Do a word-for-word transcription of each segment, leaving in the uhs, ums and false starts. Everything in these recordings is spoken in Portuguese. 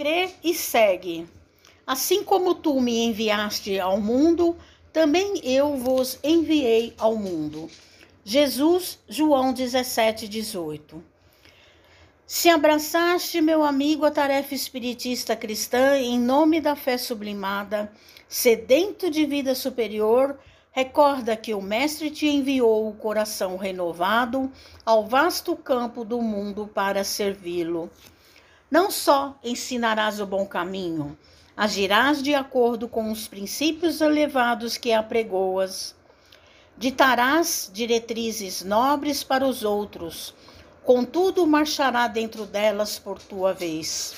crê e segue. Assim como tu me enviaste ao mundo, também eu vos enviei ao mundo. Jesus, João dezessete, dezoito. Se abraçaste, meu amigo, a tarefa espiritista cristã em nome da fé sublimada, sedento de vida superior, recorda que o Mestre te enviou o coração renovado ao vasto campo do mundo para servi-lo. Não só ensinarás o bom caminho, agirás de acordo com os princípios elevados que apregoas, ditarás diretrizes nobres para os outros, contudo marchará dentro delas por tua vez.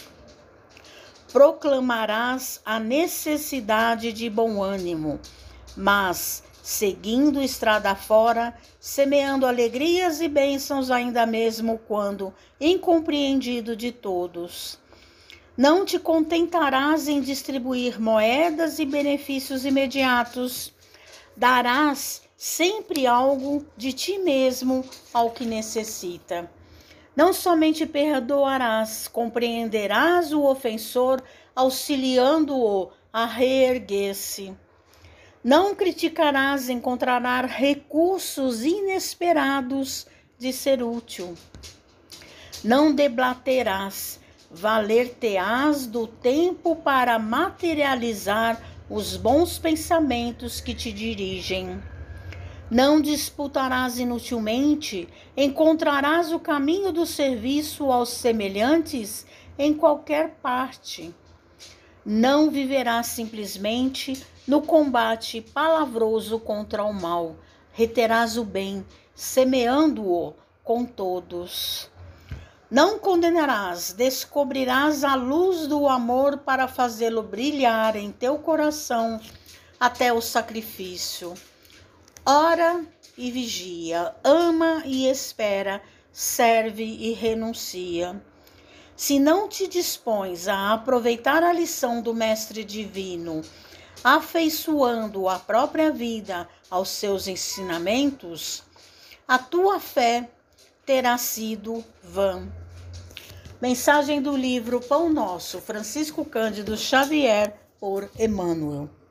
Proclamarás a necessidade de bom ânimo, mas, seguindo estrada fora, semeando alegrias e bênçãos ainda mesmo quando incompreendido de todos. Não te contentarás em distribuir moedas e benefícios imediatos. Darás sempre algo de ti mesmo ao que necessita. Não somente perdoarás, compreenderás o ofensor, auxiliando-o a reerguer-se. Não criticarás, encontrarás recursos inesperados de ser útil. Não debaterás, valer-te-ás do tempo para materializar os bons pensamentos que te dirigem. Não disputarás inutilmente, encontrarás o caminho do serviço aos semelhantes em qualquer parte. Não viverás simplesmente no combate palavroso contra o mal, reterás o bem, semeando-o com todos. Não condenarás, descobrirás a luz do amor para fazê-lo brilhar em teu coração até o sacrifício. Ora e vigia, ama e espera, serve e renuncia. Se não te dispões a aproveitar a lição do Mestre Divino, afeiçoando a própria vida aos seus ensinamentos, a tua fé terá sido vã. Mensagem do livro Pão Nosso, Francisco Cândido Xavier, por Emmanuel.